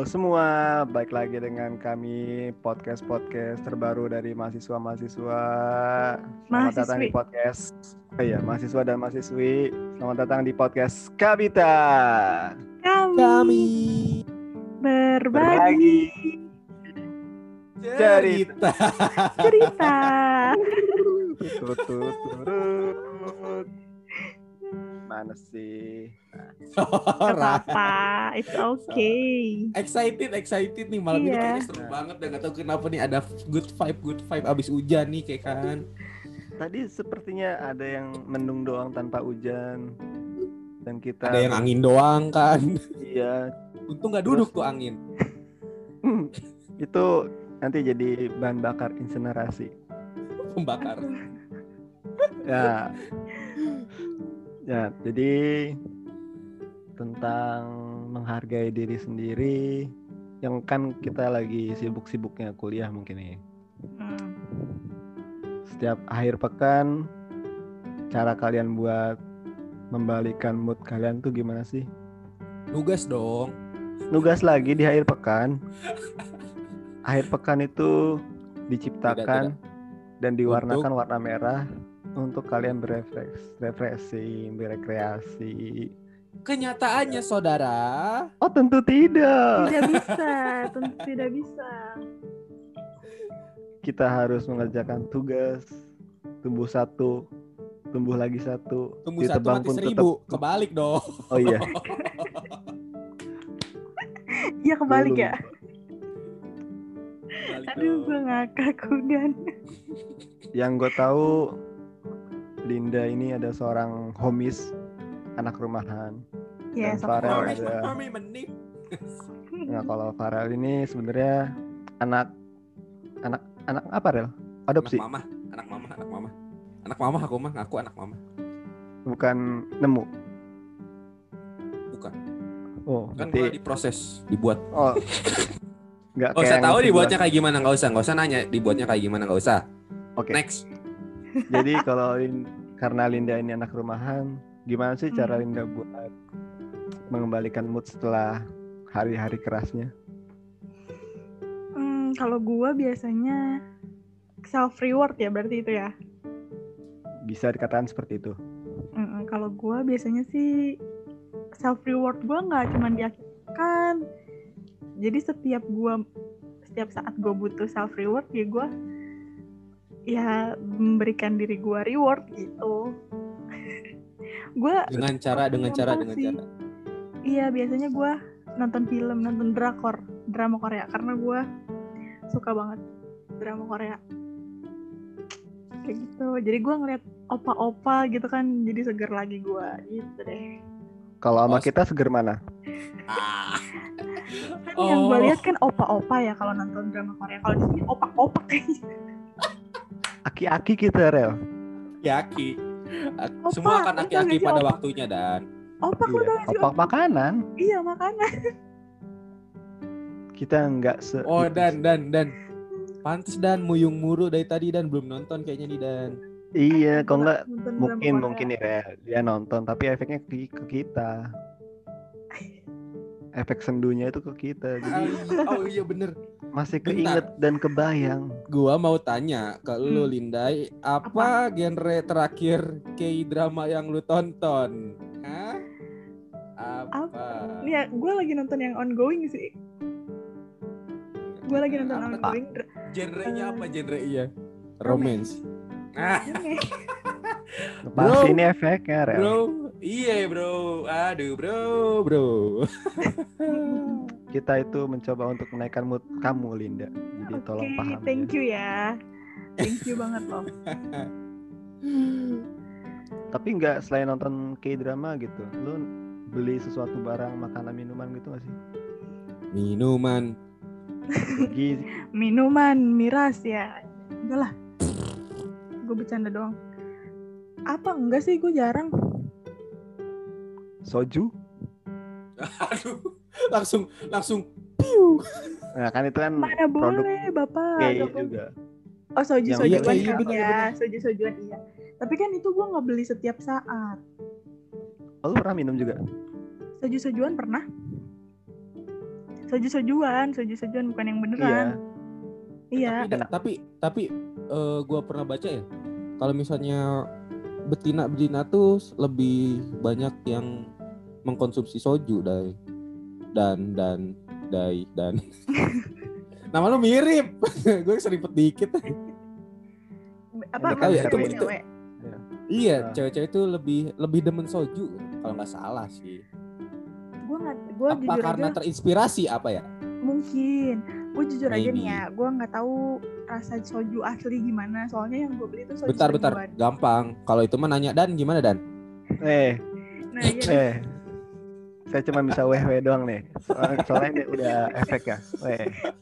semua, balik lagi dengan kami podcast terbaru dari mahasiswa-mahasiswa. Selamat datang di podcast. Mahasiswa dan mahasiswi. Selamat datang di podcast Kabita. Kami berbagi cerita. Mana sih? Apa? It's okay. Excited nih malam ini kayaknya seru banget dan gak tahu kenapa nih ada good vibe abis hujan nih kayak kan. Tadi sepertinya ada yang mendung doang tanpa hujan dan kita ada yang angin doang kan. Iya. Untung gak duduk tuh angin. Itu nanti jadi bahan bakar insinerasi. Pembakar. Ya, jadi tentang menghargai diri sendiri yang kan kita lagi sibuk-sibuknya kuliah mungkin nih. Setiap akhir pekan cara kalian buat membalikan mood kalian tuh gimana sih? Nugas dong. Nugas lagi di akhir pekan. Akhir pekan itu diciptakan dan diwarnakan warna merah untuk kalian berekreasi. Kenyataannya saudara. Oh tentu tidak. Tidak bisa, tentu tidak bisa. Kita harus mengerjakan tugas. Tumbuh satu, tumbuh lagi satu. Tumbuh satu mati 1000. Kebalik dong. Oh iya. Iya kebalik ya. Kebalik Aduh dong. gue ngakak Kudan. Yang gue tahu Linda ini ada seorang homies, anak rumahan. Yes, dan Farel of ada. Nah kalau Farel ini sebenarnya anak apa Rel? Adopsi. Anak mama aku mah, aku anak mama. Bukan nemu. Bukan. Oh, Kan berarti gua diproses, dibuat. Oh. Enggak Gak usah tahu dibuatnya kayak gimana, enggak usah nanya dibuatnya kayak gimana, enggak usah. Oke. Next. Jadi kalau karena Linda ini anak rumahan, gimana sih cara Linda buat mengembalikan mood setelah hari-hari kerasnya? Kalau gue biasanya self reward ya berarti itu ya. Bisa dikatakan seperti itu. Kalau gue biasanya sih self reward gue nggak cuma di akhir pekan. Jadi setiap saat gue butuh self reward ya gue memberikan diri gue reward gitu. Gue dengan cara. Iya biasanya gue nonton film, nonton drama Korea karena gue suka banget drama Korea kayak gitu. Jadi gue ngeliat opa-opa gitu kan jadi seger lagi gue gitu deh. Kalau sama kita seger mana? Kan yang gue lihat kan opa-opa ya kalau nonton drama Korea. Kalau di sini opak-opak kayaknya. Aki-aki kita Rel. Aki. Semua akan aki-aki pada waktunya dan. Opak lu dong sih. Opak makanan. Iya makanan. Kita enggak Dan pantes dan muyung muru dari tadi dan belum nonton kayaknya nih dan. Iya, kok enggak mungkin nih dia nonton tapi efeknya ke kita. Efek sendunya itu ke kita. Jadi oh iya bener. Masih keinget dan kebayang. Gua mau tanya ke lu Lindai, apa genre terakhir K-drama yang lu tonton? Hah? Apa? Nih ya, gue lagi nonton yang ongoing sih. Gue lagi nonton ongoing. Genrenya apa genre-nya? Romance. Pasti ini efeknya, Rel. Bro, iya bro. Aduh bro. Kita itu mencoba untuk menaikkan mood kamu, Linda. Jadi tolong paham. Thank you ya. Thank you banget loh. Tapi nggak selain nonton K-drama gitu, lu beli sesuatu barang, makanan, minuman gitu nggak sih? Minuman. Minuman miras ya. Enggak lah. Gue bercanda doang. Apa enggak sih, gue jarang. Soju? Aduh, langsung piu. Nah kan itu kan mana produk boleh bapak juga. Oh sojuan iya, ya sojuan iya. Tapi kan itu gue nggak beli setiap saat. Oh, lu pernah minum juga? Sojuan pernah. soju-sojuan bukan yang beneran. Iya. Tapi gue pernah baca ya, kalau misalnya betina tuh lebih banyak yang mengkonsumsi soju dan nama lu mirip. Gue seripet dikit. Apa ya, itu cewek? Iya, cewek-cewek itu lebih demen soju kalau nggak salah sih. Gue jujur karena aja, terinspirasi apa ya? Mungkin. Gue jujur aja Maybe. nih ya, gue nggak tahu rasa soju asli gimana. Soalnya yang gue beli itu soju. Bentar, gampang. Kalau itu mah nanya Dan, gimana Dan? Nah, iya. Saya cuma bisa weh doang nih. Soalnya ini udah efek ya. Weh.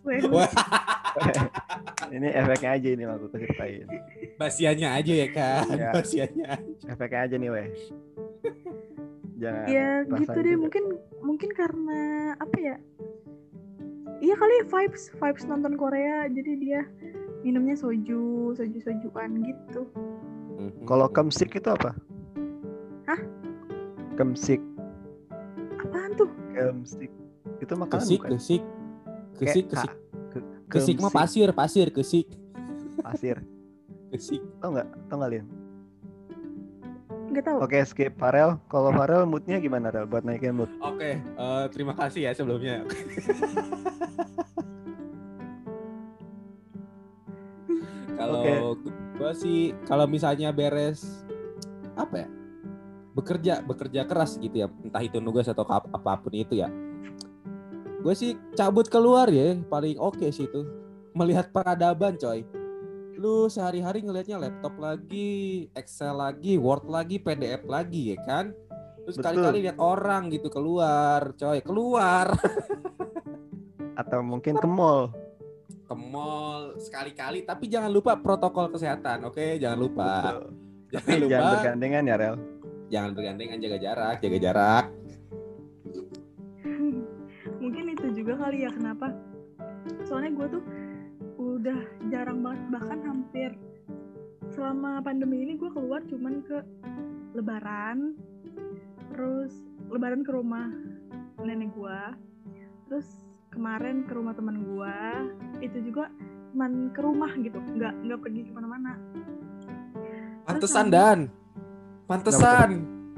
Ini efeknya aja ini aku ceritain. Basiannya aja ya kan. Ya. Basiannya. Efeknya aja nih weh. Jangan. Ya gitu deh, juga. mungkin karena apa ya? Iya kali vibes nonton Korea, jadi dia minumnya sojuan gitu. Kalau kemsik itu apa? Hah? Kemsik. Apaan tuh? Kemsik. Itu makanan bukan? Kesik mah pasir, kesik. Pasir. Kesik. Tahu nggak Lin? Nggak tahu. Oke, skip Farel. Kalau Farel moodnya gimana Rel buat naikin mood? Oke, terima kasih ya sebelumnya. Kalau gue sih, kalau misalnya beres apa ya, bekerja keras gitu ya, entah itu nugas atau apapun itu ya, gue sih cabut keluar ya, paling oke sih itu. Melihat peradaban coy. Lu sehari-hari ngelihatnya laptop lagi, Excel lagi, Word lagi, PDF lagi ya kan. Terus kali-kali lihat orang gitu keluar keluar. Atau mungkin ke mall sekali-kali, tapi jangan lupa protokol kesehatan, oke? Jangan lupa. Jangan bergandengan ya Rel. Jangan bergandengan, jaga jarak. Mungkin itu juga kali ya kenapa. Soalnya gue tuh udah jarang banget, bahkan hampir selama pandemi ini gue keluar cuman ke lebaran, terus lebaran ke rumah nenek gue, terus kemarin ke rumah teman gue, itu juga cuman ke rumah gitu, nggak pergi kemana-mana. Pantesan Dan, pantesan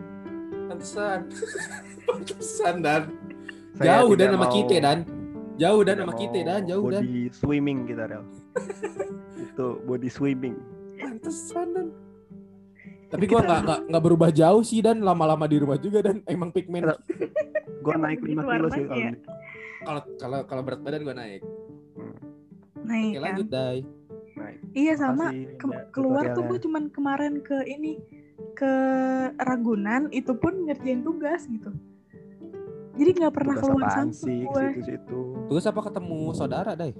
Dan. Jauh Dan sama kita Dan. Jauh Dan sama kita Dan, jauh Dan. Body swimming kita Rel. Itu body swimming. Pantesan Dan. Tapi gue nggak berubah jauh sih Dan, lama-lama di rumah juga Dan. Emang pigmen. Gue naik 5 kilo sih kalau berat badan gue naik. Naik. Oke, lanjut Dai. Iya sama. Keluar tuh gue cuman kemarin ke Ragunan, itu pun ngerjain tugas gitu. Jadi nggak pernah keluar sampai gue. Tugas apa ketemu saudara Dai?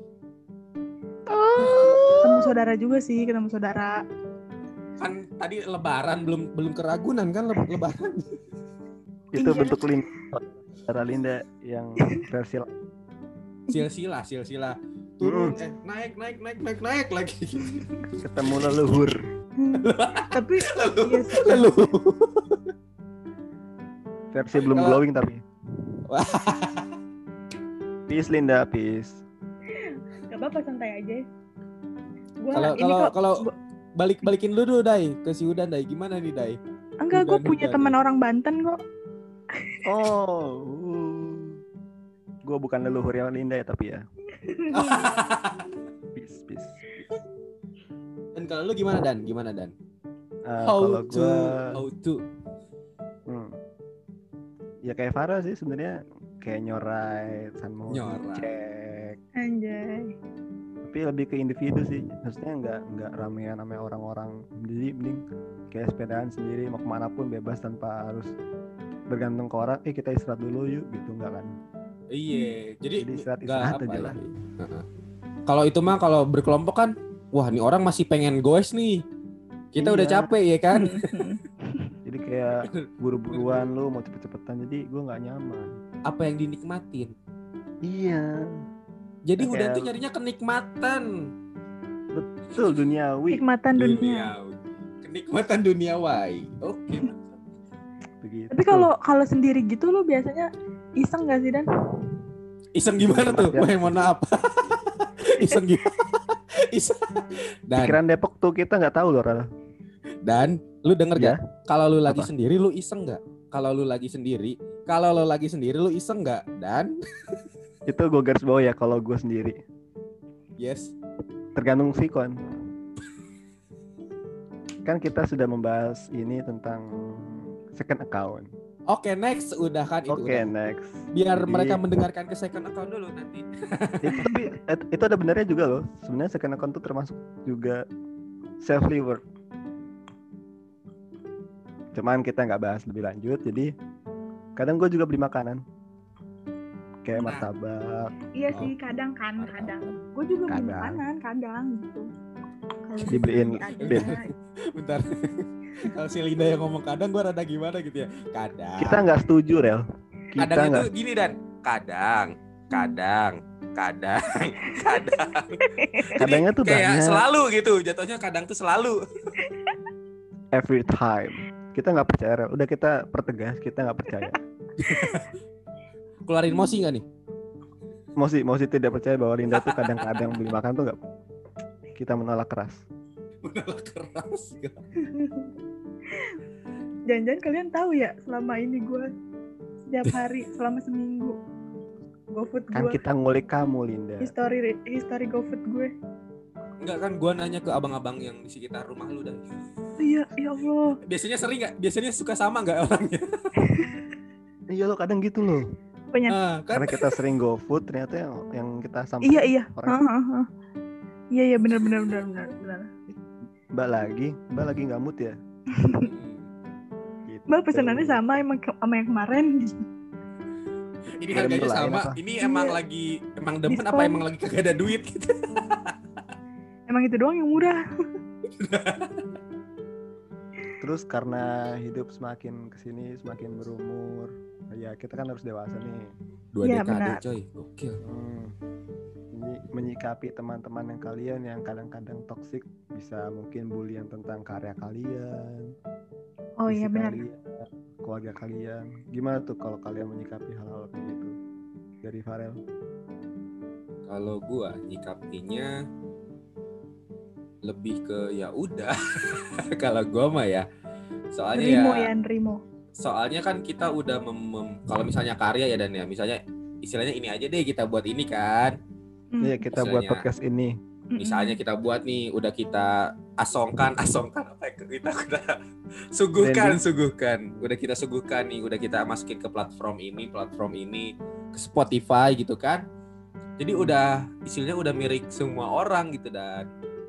Ketemu saudara juga sih, ketemu saudara. Kan tadi lebaran belum ke Ragunan kan lebaran. Itu iya. Bentuk saudara Linda yang versi silsila. Turun naik lagi. Ketemu leluhur. Tapi leluhur. Versi belum glowing tapi. Peace Linda, peace. Gak apa-apa, santai aja. Kalau balikin dulu Dai ke si Udan Dai, gimana nih Dai? Enggak, gue punya teman orang Banten kok. Oh, gue bukan leluhur yang Linda ya tapi ya. Peace. Dan kalau lu gimana Dan? Kalau gue how to. Ya kayak Farah sih sebenarnya, kayak nyorai, cek. Anjay. Tapi lebih ke individu sih, maksudnya nggak ramean sama orang-orang. Jadi mending kayak sepedaan sendiri, mau kemana pun bebas tanpa harus bergantung ke orang. Kita istirahat dulu yuk, gitu nggak kan? Iya, jadi istirahat aja lah. Kalau itu mah kalau berkelompok kan, wah nih orang masih pengen goes nih. Kita udah capek ya kan? Jadi kayak buru-buruan lu mau cepet-cepetan, jadi gue nggak nyaman. Apa yang dinikmatin? Iya. Jadi udah tuh nyarinya kenikmatan. Betul, duniawi. Kenikmatan duniawi. Oke. Begitu. Tapi kalau sendiri gitu lu biasanya iseng nggak sih Dan? Iseng gimana tuh? Mohon maaf. Iseng gimana? Iseng. Dan pikiran Depok tuh kita nggak tahu loh, Ral. Dan lu denger Ya. gak? Kalau lu lagi Apa? sendiri lu iseng gak? Kalau lu lagi sendiri lu iseng gak? Dan Itu gue garis bawah ya kalau gue sendiri. yes. Tergantung sikon. Kan kita sudah membahas ini tentang second account. Oke, next udah kan itu Oke, udah. next. Biar Jadi- mereka mendengarkan ke second account dulu nanti. Tapi itu ada benarnya juga loh. Sebenarnya second account itu termasuk juga self reward. Cuman kita nggak bahas lebih lanjut. Jadi kadang gue juga beli makanan kayak Nah. martabak. Iya Oh. sih, kadang. Gue juga beli Kadang. makanan, kadang gitu. Kalau Dibeliin lagi ada, Ben. Bentar. Kalau si Linda yang ngomong kadang gue rada gimana gitu ya. Kadang. Kita nggak setuju, Rel. Kita Kadang nggak. itu gini Dan. Kadang. Kadangnya tuh kayak banyak. selalu gitu. Jatuhnya kadang tuh selalu. Every time. Kita nggak percaya, Rel. Udah kita pertegas, kita nggak percaya. Keluarin mosi gak nih? Mosi tidak percaya bahwa Linda tuh kadang-kadang beli makan tuh nggak. Kita menolak keras. Menolak keras. Jangan-jangan kalian tahu ya, selama ini gue setiap hari selama seminggu GoFood Kan gue, kita ngulik kamu, Linda. history GoFood gue. Enggak kan gue nanya ke abang-abang yang di sekitar rumah lu Dan. Iya, ya Allah. Biasanya sering gak? Biasanya suka sama gak orangnya? Iya lo kadang gitu loh. Banyak. Kan Karena kita sering GoFood ternyata yang kita sampai Iya. orang Iya, benar. Mbak lagi nggak mood ya. Gitu. Mbak pesanannya sama sama yang kemarin. ini Kirim harganya dulu lain sama. apa? Ini Iya. emang demen Diskon. apa emang lagi kagak ada duit gitu. Emang itu doang yang murah. Terus karena hidup semakin kesini semakin berumur, ya kita kan harus dewasa nih. 2 Iya, dekade benar. coy. Gokil. Jadi menyikapi teman-teman yang kalian yang kadang-kadang toksik, bisa mungkin bulian tentang karya kalian, Oh visi iya benar. kalian, keluarga kalian. Gimana tuh kalau kalian menyikapi hal-hal kayak gitu? Dari Farel. Kalau gua nyikapinya lebih ke ya udah. Kalau gua mah ya. Soalnya Nerimo. soalnya kan kita udah kalau misalnya karya ya Dan ya, misalnya istilahnya ini aja deh kita buat ini kan. Iya, kita buat Istilahnya- podcast ini. Misalnya kita buat nih, udah kita asongkan apa ya, kita udah suguhkan, udah kita suguhkan nih, udah kita masukin ke platform ini, ke Spotify gitu kan. Jadi udah istilahnya udah milik semua orang gitu Dan.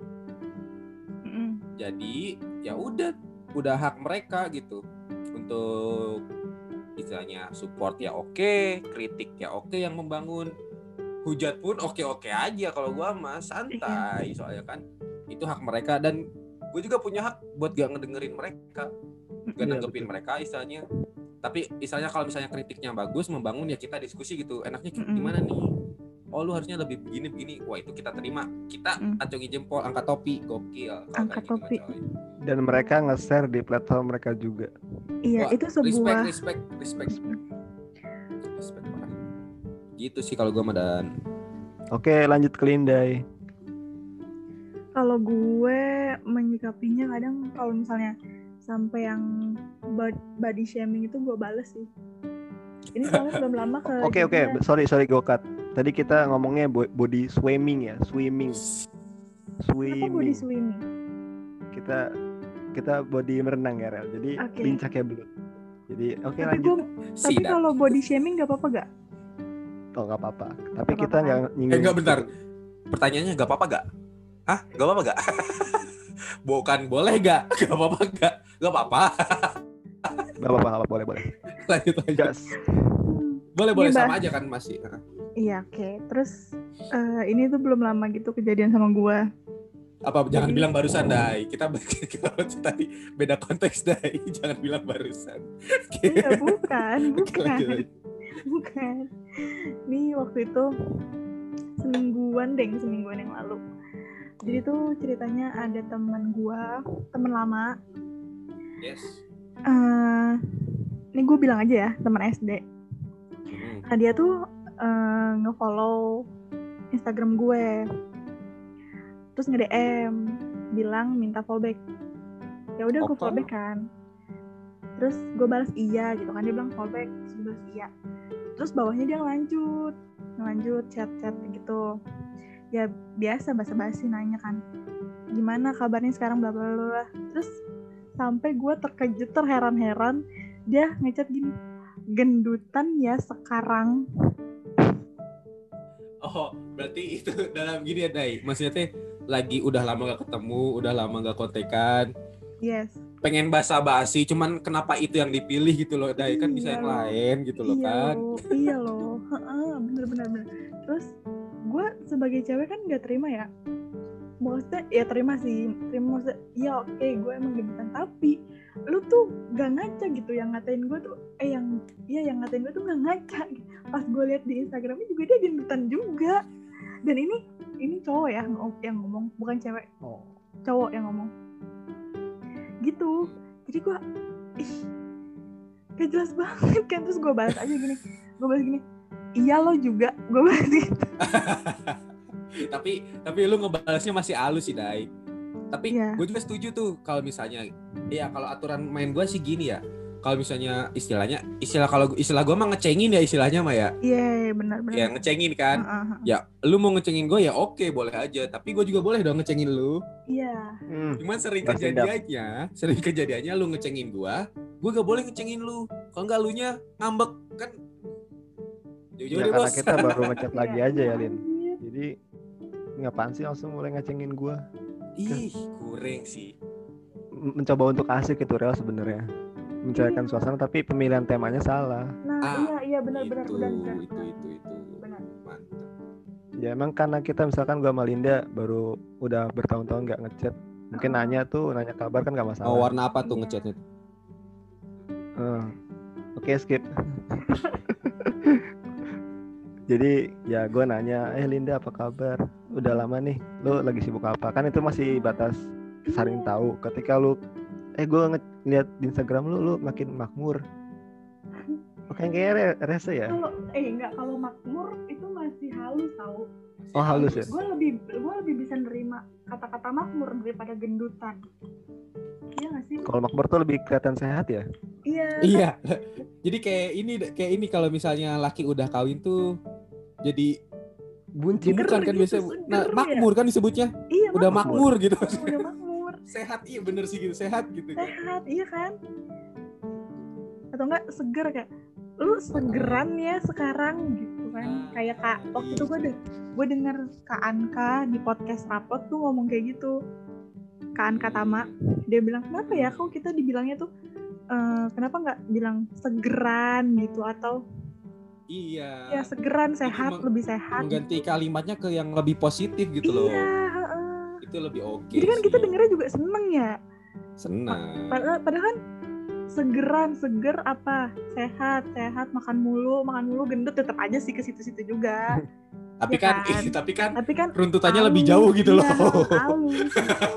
Jadi ya udah hak mereka gitu untuk istilahnya support ya oke, kritik ya oke yang membangun. Hujat pun oke aja kalau gua mah santai, soalnya kan itu hak mereka dan gue juga punya hak buat gak ngedengerin mereka, gak Iya, nanggepin betul. mereka istilahnya. Tapi istilahnya kalau misalnya kritiknya bagus, membangun ya kita diskusi gitu. Enaknya gimana nih? Oh lu harusnya lebih begini. Wah itu kita terima, kita acungi jempol, angkat topi, gokil. Kalau Angkat kayak topi. gitu mah, coy. Dan mereka nge-share di platform mereka juga. Iya, Wah, itu sebuah respect parah. Gitu sih kalau gue mah Dan. Oke, lanjut ke Lindai. kalau gue menyikapinya kadang kalau misalnya sampai yang body shaming itu gue bales sih. Ini soalnya belum lama ke Oke, sorry go cut. Tadi kita ngomongnya body swimming ya, swimming. Kenapa body swimming? Kita body merenang ya, Rel. Jadi Oke. lincah kayak belut. Jadi oke, Tapi lanjut. tapi kalau body shaming gak apa-apa gak? Oh, nggak apa-apa. Tapi Nggak kita apa-apa. nggak nyinggung. Enggak bentar. Pertanyaannya gak apa-apa gak? Hah? Gak apa-apa gak? Bukan boleh gak? Gak apa-apa gak? Gak apa-apa. Nggak apa-apa, boleh. Lanjut. Gas. Boleh Ini sama aja kan masih. Iya, oke. Terus ini tuh belum lama gitu kejadian sama gue. Apa jangan bilang barusan Dai. Kita tadi beda konteks Dai. Jangan bilang barusan. Iya, bukan. Lanjut. Bukan. Nih waktu itu semingguan yang lalu. Jadi tuh ceritanya ada teman lama. Yes. Ini gue bilang aja ya, teman SD. Nah dia tuh nge-follow Instagram gue, terus nge-DM bilang minta fallback. Ya udah gue fallback kan, terus gue balas iya gitu kan, dia bilang fallback, terus gue balas iya, terus bawahnya dia ngelanjut chat gitu ya, biasa basa-basi nanya kan gimana kabarnya sekarang bla bla bla, terus sampai gue terkejut terheran-heran dia ngechat gini, gendutan ya sekarang. Oh, berarti itu dalam gini ya, Dai. Maksudnya teh lagi udah lama gak ketemu, udah lama gak kontekan. Yes. Pengen basa-basi, cuman kenapa itu yang dipilih gitu loh, Dai. Kan bisa yang lain gitu loh kan. Iya loh. Bener. Terus gue sebagai cewek kan gak terima ya. Maksudnya ya terima maksudnya ya oke, gue emang gendutan, tapi lu tuh gak ngaca gitu, yang ngatain gue tuh yang ngatain gue tuh gak ngaca. Pas gue lihat di Instagramnya juga dia gendutan juga, dan ini cowok ya yang ngomong, bukan cewek. Cowok yang ngomong gitu. Jadi gue gak jelas banget kan. Terus gue balas gini, iya lo juga, gue balas gitu. tapi lu ngebalasnya masih halus sih, Dai. Tapi gue juga setuju tuh kalau misalnya kalau aturan main gue sih gini ya. Kalau misalnya istilah gue mah ngecengin ya istilahnya mah ya. Iya, benar. Ya ngecengin kan. Ya lu mau ngecengin gue ya oke, boleh aja. Tapi gue juga boleh dong ngecengin lu. Iya. Cuman sering kejadiannya lu ngecengin gue gak boleh ngecengin lu. Kalau enggak lu nya ngambek kan. Ya karena kita baru ngechat lagi aja ya, Lin. Jadi ngapain sih langsung mulai ngecengin gue? Ih, kurang sih. Mencoba untuk asik itu real sebenarnya. Mencairkan suasana, tapi pemilihan temanya salah. Nah, iya benar. Itu. Benar. Mantap. Ya emang karena kita misalkan gue sama Linda baru udah bertahun-tahun nggak ngechat, mungkin nanya kabar kan nggak masalah. Oh, warna apa tuh ngechatnya? Oke, skip. Jadi ya gue nanya, Linda apa kabar? Udah lama nih, lo lagi sibuk apa? Kan itu masih batas saling tahu. Ketika lo gue ngeliat di Instagram lu makin makmur. Kayaknya rese ya? Kalau makmur itu masih halus tau. Oh, halus ya? Gue lebih bisa nerima kata-kata makmur daripada gendutan. Iya nggak sih? Kalau makmur tuh lebih kelihatan sehat ya? Iya. Jadi kayak ini kalau misalnya laki udah kawin tuh jadi buncit kan biasanya. Nah, makmur kan disebutnya. Iya, udah makmur gitu. Udah makmur. Sehat, iya bener sih gitu, sehat gitu kan. Sehat, iya kan? Atau enggak seger kayak lu segeran ya sekarang gitu kan. Kayak Kak, waktu itu gue denger Kak Anka di podcast Rapot tuh ngomong kayak gitu. Kak Anka Tama, dia bilang kenapa ya kok kita dibilangnya tuh kenapa nggak bilang segeran gitu, atau iya ya segeran, sehat, lebih sehat mengganti gitu. Kalimatnya ke yang lebih positif gitu loh. Itu lebih oke. Jadi kan sih. kita dengernya juga seneng ya. Senang. Padahal kan seger apa, sehat, makan mulu gendut, tetap aja sih ke situ-situ juga. Tapi ya kan halus, runtutannya lebih jauh gitu loh. Halus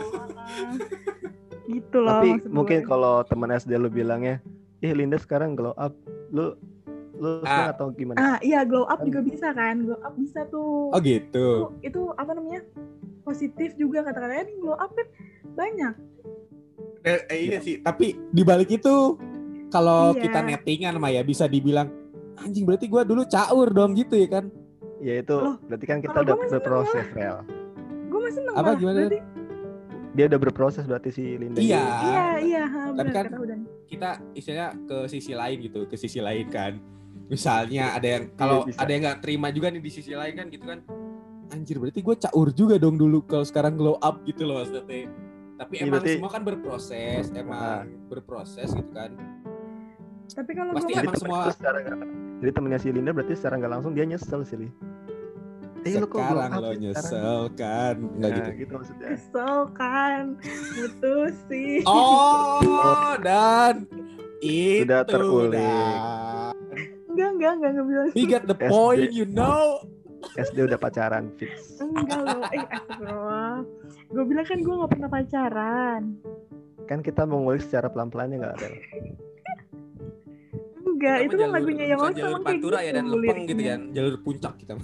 gitu loh. Tapi mungkin kalau teman SD lu bilangnya, Linda sekarang glow up, lu senang atau gimana? Iya, glow up juga bisa kan, glow up bisa tuh. Oh gitu. Itu apa namanya, positif juga kata-katanya. Nih glow up kan banyak. Iya sih, tapi dibalik itu kalau kita nettingan mah ya bisa dibilang anjing, berarti gue dulu caur dong gitu ya kan? Ya itu berarti kan kita udah berproses real. Gue masih seneng. Apa gimana? Berarti dia udah berproses berarti si Linda. Iya. Tapi kan kita istilahnya ke sisi lain kan. Misalnya ada yang kalau ada yang nggak terima juga nih di sisi lain kan gitu kan. Anjir, berarti gue caur juga dong dulu kalau sekarang glow up gitu loh maksudnya. Tapi emang semua kan berproses gitu kan. Tapi kalau pasti emang semua. Jadi temennya si Linda berarti secara nggak langsung dia nyesel sih. Sekarang lo nyesel kan? Nggak gitu maksudnya. Kesel kan, putusin. Oh, dan itu sudah terulik. Enggak bilang. We got the point, you know. SD udah pacaran fix. Enggak loh, astagfirullah. Gue bilang kan gue nggak pernah pacaran. Kan kita mau ngulik secara pelan-pelannya nggak ada. Enggak, itu kan lagunya yang bukan jalur pantura ya dan lempeng gitu kan, jalur puncak kita.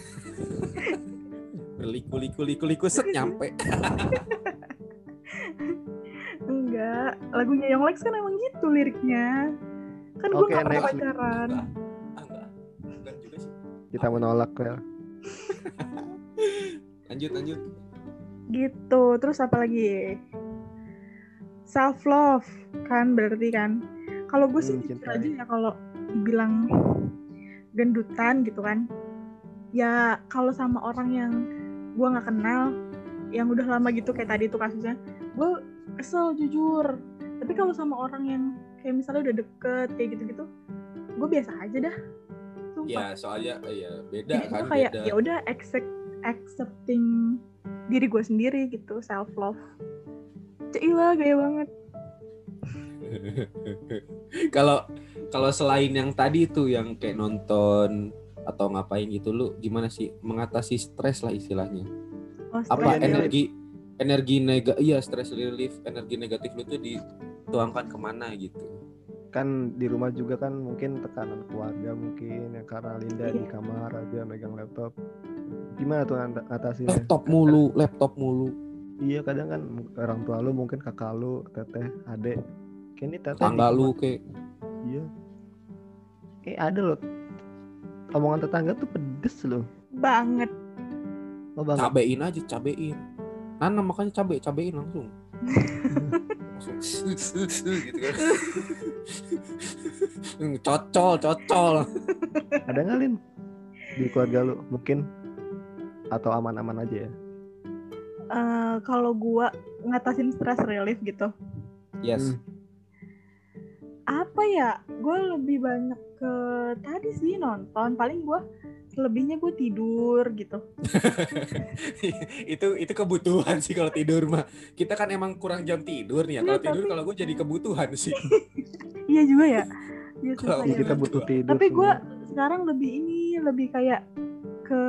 Berliku set nyampe. Enggak, lagunya Yonglex kan emang gitu liriknya. Kan gue gak pernah pacaran. Bukan juga sih. Kita menolak ya. Lanjut. Gitu, terus apa lagi? Self love kan berarti kan. Kalau gue sih jujur aja ya, kalau bilang gendutan gitu kan, ya kalau sama orang yang gue nggak kenal, yang udah lama gitu kayak tadi tuh kasusnya, gue kesel jujur. Tapi kalau sama orang yang kayak misalnya udah deket kayak gitu-gitu, gue biasa aja dah. Sumpah. Ya soalnya ya beda. Jadi kan. Jadi kayak ya udah accepting diri gue sendiri gitu, self love. Cila gaya banget. Kalau selain yang tadi itu yang kayak nonton atau ngapain gitu, lu gimana sih mengatasi stres lah istilahnya? Apa stress relief, energi negatif lu tuh dituangkan kemana gitu? Kan di rumah juga kan mungkin tekanan keluarga mungkin ya, karena Linda di kamar aja megang laptop. Gimana tuh ngatasinnya? Laptop mulu. Iya, kadang kan orang tua lu mungkin kakak lu, teteh, adek. Kayak ini teteh tangga lu kayak. Iya. Ada loh. Omongan tetangga tuh pedes loh. Banget. Cabein aja. Nanam makanya cabein langsung. Gitu kan. Cocol. Ada nggak, Lin? Di keluarga lu mungkin atau aman-aman aja ya? Kalau gua ngatasin stress relief gitu. Yes. Apa ya? Gua lebih banyak ke tadi sih nonton. Paling gua selebihnya gue tidur gitu. itu kebutuhan sih kalau tidur mah. Kita kan emang kurang jam tidur nih ya. Kalau tidur kalau gue jadi kebutuhan sih. Iya juga ya. Iya, kita butuh tidur. Tapi gue sekarang lebih kayak ke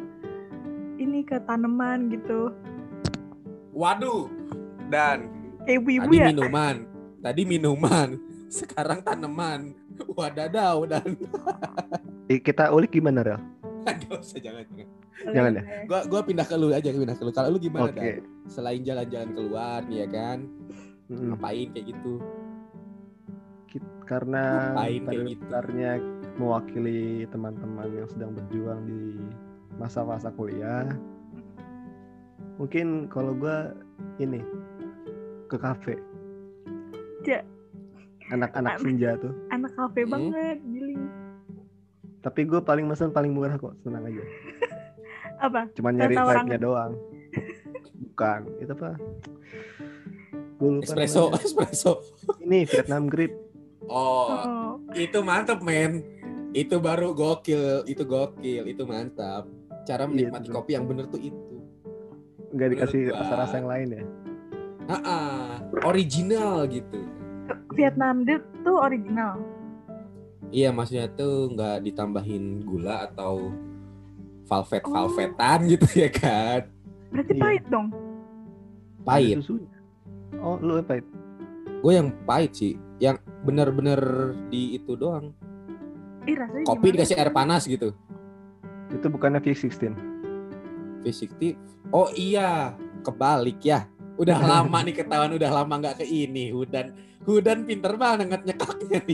tanaman gitu. Waduh. Dan kayak ibu-ibu ya. Tadi minuman. Sekarang tanaman. Wadadau dan. Kita ulik gimana, Rel? Gak usah, jangan ya. Gua pindah ke lu. Kalau lu gimana, Dan? Selain jalan-jalan keluar nih ya kan, ngapain kayak gitu? Karena besarnya mewakili teman-teman yang sedang berjuang di masa-masa kuliah. Mungkin kalau gua ke kafe. Ya. Anak-anak senja tuh. Anak kafe banget, giling. Tapi gue paling murah kok, tenang aja. Apa? Cuma nyari vibe-nya doang. Bukan, itu apa? Espresso. Ini Vietnam Grip. Oh, itu mantep men. Itu baru gokil, itu mantap. Cara menikmati kopi yang bener tuh itu. Nggak dikasih rasa-rasa yang lain ya? Original gitu. Vietnam Grip tuh original. Iya, maksudnya tuh nggak ditambahin gula atau valvetan gitu ya kan? Berarti pahit dong? Pahit. Oh, lu yang pahit? Gue yang pahit sih, yang bener-bener di itu doang. Rasanya kopi gimana? Dikasih air panas gitu. Itu bukannya V16? V60? Oh iya, kebalik ya. Udah lama nih ketahuan, udah lama nggak ke ini. Hudan pinter banget nyekaknya nih.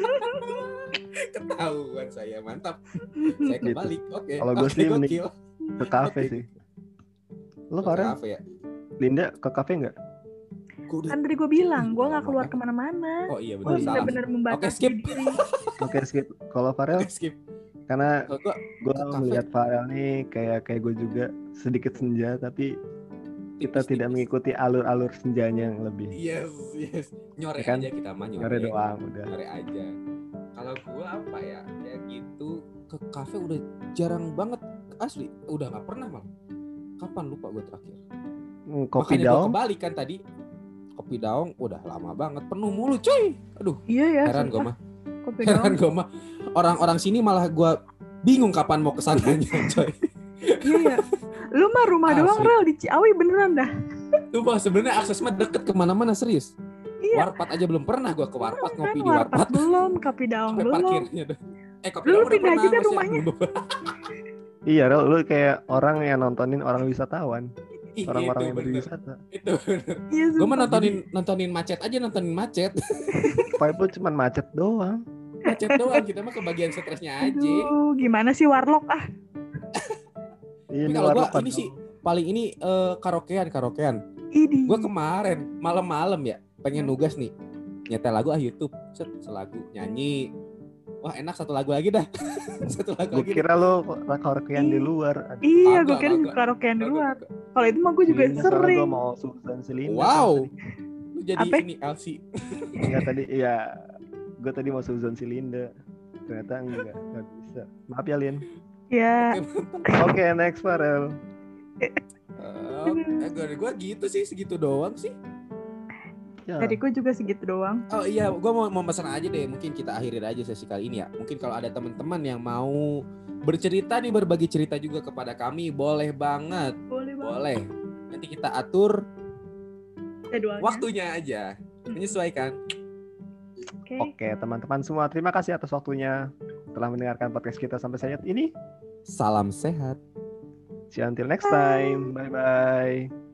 Ketahuan saya, mantap. Saya kebalik. Oke. Kalau gue sih ke kafe sih. Lo Farel? Ya? Linda ke kafe nggak? Kan tadi gue bilang, gue nggak keluar kemana-mana. Oh iya benar. Gue benar-benar membatasi diri. Oke, skip. Kalau Farel? Skip. Karena gue melihat Farel nih kayak gue juga sedikit senja, tapi kita tidak mengikuti alur-alur senjanya yang lebih. Yes. Nyore kan? Aja kita mah nyore doang udah. Nyore aja. Kalau gue apa ya gitu, ke kafe udah jarang banget asli, udah nggak pernah malah. Kapan lupa gue terakhir? Kopi Makanya daong? Gue kebalik kan tadi. Kopi daong udah lama banget, penuh mulu coy. Aduh. Iya ya. Heran gue mah. Orang-orang sini malah gue bingung kapan mau kesananya coy. Iya. Lu mah rumah doang Rel di Ciawi beneran dah. Tuh bah sebenarnya akses mah deket kemana-mana serius. Iya. Warpat aja belum pernah gue ke Warpat, Kan, ngopi di Warpat. belum, kopi daun Sampai belum. parkirnya deh. Kopi Lu daun udah pindah pernah juga Mas, ya. rumahnya. Iya, lu kayak orang yang nontonin orang wisatawan. Ih, Orang-orang itu yang bener. berwisata. Itu bener. Iya, Gue mah sumpah. nontonin macet aja, nontonin macet. Vibe lu cuman macet doang. Macet doang, kita mah kebagian stresnya aja. Aduh, gimana sih Warlock ah? Iya, Tapi ini kalau gue warlock ini sih paling ini karaokean. Ini. Gue kemarin malam-malam ya pengen nugas nih, nyetel lagu YouTube, selagu nyanyi. Wah enak, satu lagu lagi dah. Satu lagu Gue lagi. kira lu karaokean di luar. Iya, gue Agak, kira agak. juga karaokean di Agak, luar. agak. Kalau itu mah gue juga Silinda, soalnya sering. gue mau Susan Silinda. Wow, kan lu jadi Apa? ini LC. Enggak tadi, iya. Gue tadi mau Susan Silinda. Ternyata enggak bisa. Maaf ya, Lin. Ya, Oke, next Farel. Gue gitu sih, segitu doang sih. Ya. dari gue juga segitu doang. Oh iya, gue mau pesan aja deh. Mungkin kita akhirin aja sesi kali ini ya. Mungkin kalau ada teman-teman yang mau bercerita nih, berbagi cerita juga kepada kami, boleh banget. Boleh. Nanti kita atur Jadwalnya. waktunya aja, menyesuaikan. Oke, teman-teman semua, terima kasih atas waktunya telah mendengarkan podcast kita sampai saat ini. Salam sehat. See you until next time. Bye-bye.